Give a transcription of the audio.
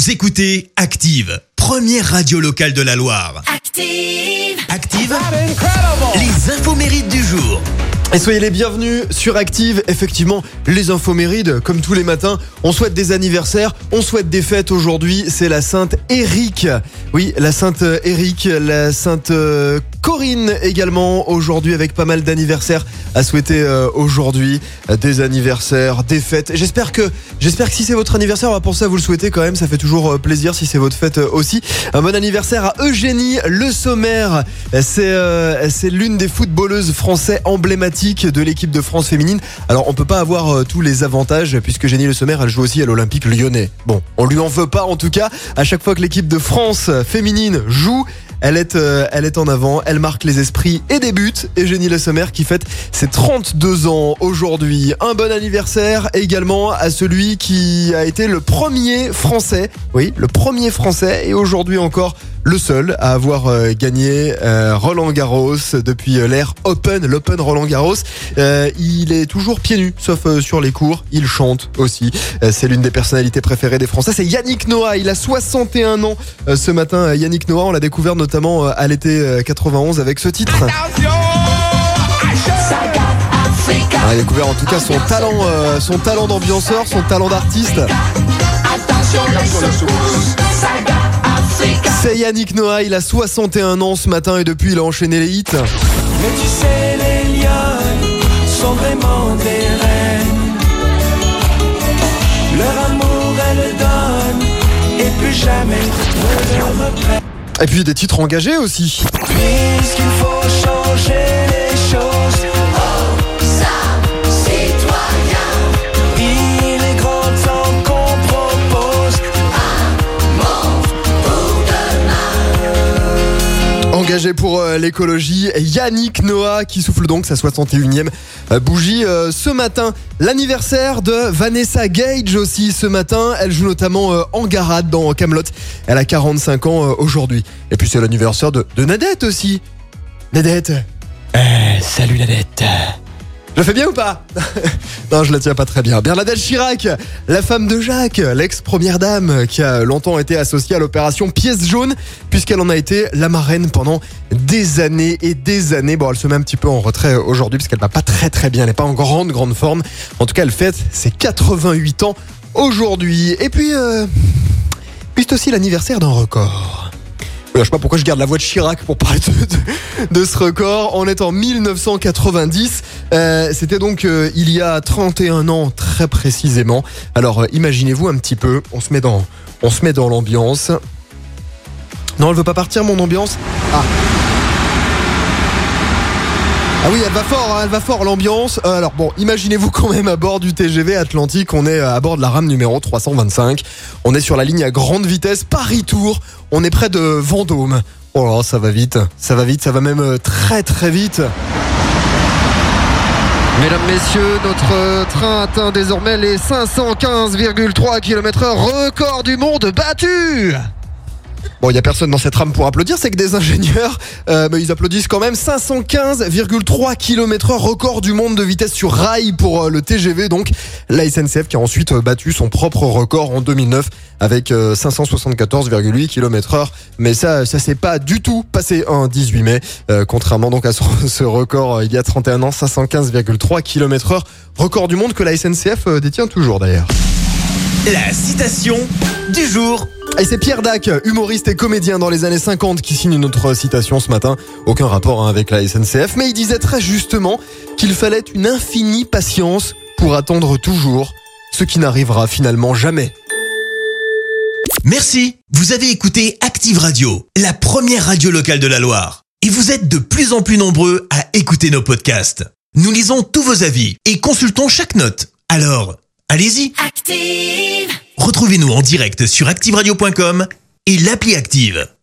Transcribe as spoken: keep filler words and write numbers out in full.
Vous écoutez Active, première radio locale de la Loire. Active, Active, les infos mérites du jour. Et soyez les bienvenus sur Active. Effectivement, les infomérides, comme tous les matins, on souhaite des anniversaires, on souhaite des fêtes. Aujourd'hui, c'est la Sainte Éric. Oui, la Sainte Éric, la Sainte Corinne également aujourd'hui, avec pas mal d'anniversaires à souhaiter euh, aujourd'hui. Des anniversaires, des fêtes. J'espère que, j'espère que si c'est votre anniversaire, on va penser à vous le souhaiter quand même. Ça fait toujours plaisir si c'est votre fête aussi. Un bon anniversaire à Eugénie Le Sommer. C'est, euh, c'est l'une des footballeuses françaises emblématiques de l'équipe de France féminine. Alors on peut pas avoir euh, tous les avantages puisque Eugénie Le Sommer, elle joue aussi à l'Olympique Lyonnais. Bon, on lui en veut pas en tout cas. À chaque fois que l'équipe de France féminine joue, Elle est, euh, elle est en avant, elle marque les esprits et des buts. Eugénie Le Sommer qui fête ses trente-deux ans aujourd'hui. Un bon anniversaire également à celui qui a été le premier français, oui, le premier français et aujourd'hui encore le seul à avoir euh, gagné euh, Roland Garros depuis euh, l'ère Open, l'Open Roland Garros. Euh, il est toujours pieds nus, sauf euh, sur les cours. Il chante aussi. Euh, c'est l'une des personnalités préférées des Français. C'est Yannick Noah. Il a soixante et un ans euh, ce matin. Yannick Noah, on l'a découvert notamment euh, à l'été euh, quatre-vingt-onze avec ce titre. On a découvert en tout cas son talent, euh, son talent d'ambianceur, son talent d'artiste. C'est Yannick Noah, il a soixante et un ans ce matin et depuis il a enchaîné les hits. Mais tu sais, les lionnes sont vraiment des reines. Leur amour, elles donnent et plus jamais ne le reprennent. Et puis des titres engagés aussi. Puisqu'il faut changer les choses, oh, ça, citoyen, il est grand temps qu'on propose un monde pour demain. Engagé pour euh, l'écologie, Yannick Noah qui souffle donc sa soixante et unième euh, bougie euh, ce matin. L'anniversaire de Vanessa Gage aussi ce matin. Elle joue notamment euh, Engarade dans Kaamelott. Elle a quarante-cinq ans euh, aujourd'hui. Et puis c'est l'anniversaire de, de Nadette aussi. Nadette. Euh, salut Nadette. Je le fais bien ou pas? Non, je la tiens pas très bien. Bernadette Chirac, la femme de Jacques, l'ex-première dame, qui a longtemps été associée à l'opération Pièce jaune, puisqu'elle en a été la marraine pendant des années et des années. Bon, elle se met un petit peu en retrait aujourd'hui, parce qu'elle va pas très très bien, elle n'est pas en grande grande forme. En tout cas, elle fête ses quatre-vingt-huit ans aujourd'hui. Et puis, euh, puis c'est aussi l'anniversaire d'un record. Je sais pas pourquoi je garde la voix de Chirac pour parler de, de, de ce record. On est en mille neuf cent quatre-vingt-dix. Euh, c'était donc euh, il y a trente et un ans très précisément. Alors euh, imaginez-vous un petit peu. On se met dans, on se met dans l'ambiance. Non, elle veut pas partir mon ambiance. Ah. Ah oui, elle va fort, hein, elle va fort l'ambiance. Euh, alors bon, imaginez-vous quand même à bord du T G V Atlantique, on est à bord de la rame numéro trois cent vingt-cinq. On est sur la ligne à grande vitesse Paris-Tours. On est près de Vendôme. Oh là, ça va vite, ça va vite, ça va même très très vite. Mesdames, messieurs, notre train atteint désormais les cinq cent quinze virgule trois kilomètres heure, record du monde battu. Bon, il n'y a personne dans cette rame pour applaudir, c'est que des ingénieurs, euh, mais ils applaudissent quand même. cinq cent quinze virgule trois kilomètres heure, record du monde de vitesse sur rail pour euh, le T G V. Donc, la S N C F qui a ensuite euh, battu son propre record en deux mille neuf avec euh, cinq cent soixante-quatorze virgule huit kilomètres heure. Mais ça, ça s'est pas du tout passé un dix-huit mai, euh, contrairement donc à ce, ce record euh, il y a trente et un ans, cinq cent quinze virgule trois kilomètres heure, record du monde que la S N C F euh, détient toujours d'ailleurs. La citation du jour. Et c'est Pierre Dac, humoriste et comédien dans les années cinquante, qui signe notre citation ce matin. Aucun rapport hein, avec la S N C F, mais il disait très justement qu'il fallait une infinie patience pour attendre toujours ce qui n'arrivera finalement jamais. Merci. Vous avez écouté Active Radio, la première radio locale de la Loire. Et vous êtes de plus en plus nombreux à écouter nos podcasts. Nous lisons tous vos avis et consultons chaque note. Alors, allez-y. Active. Retrouvez-nous en direct sur active radio point com et l'appli Active.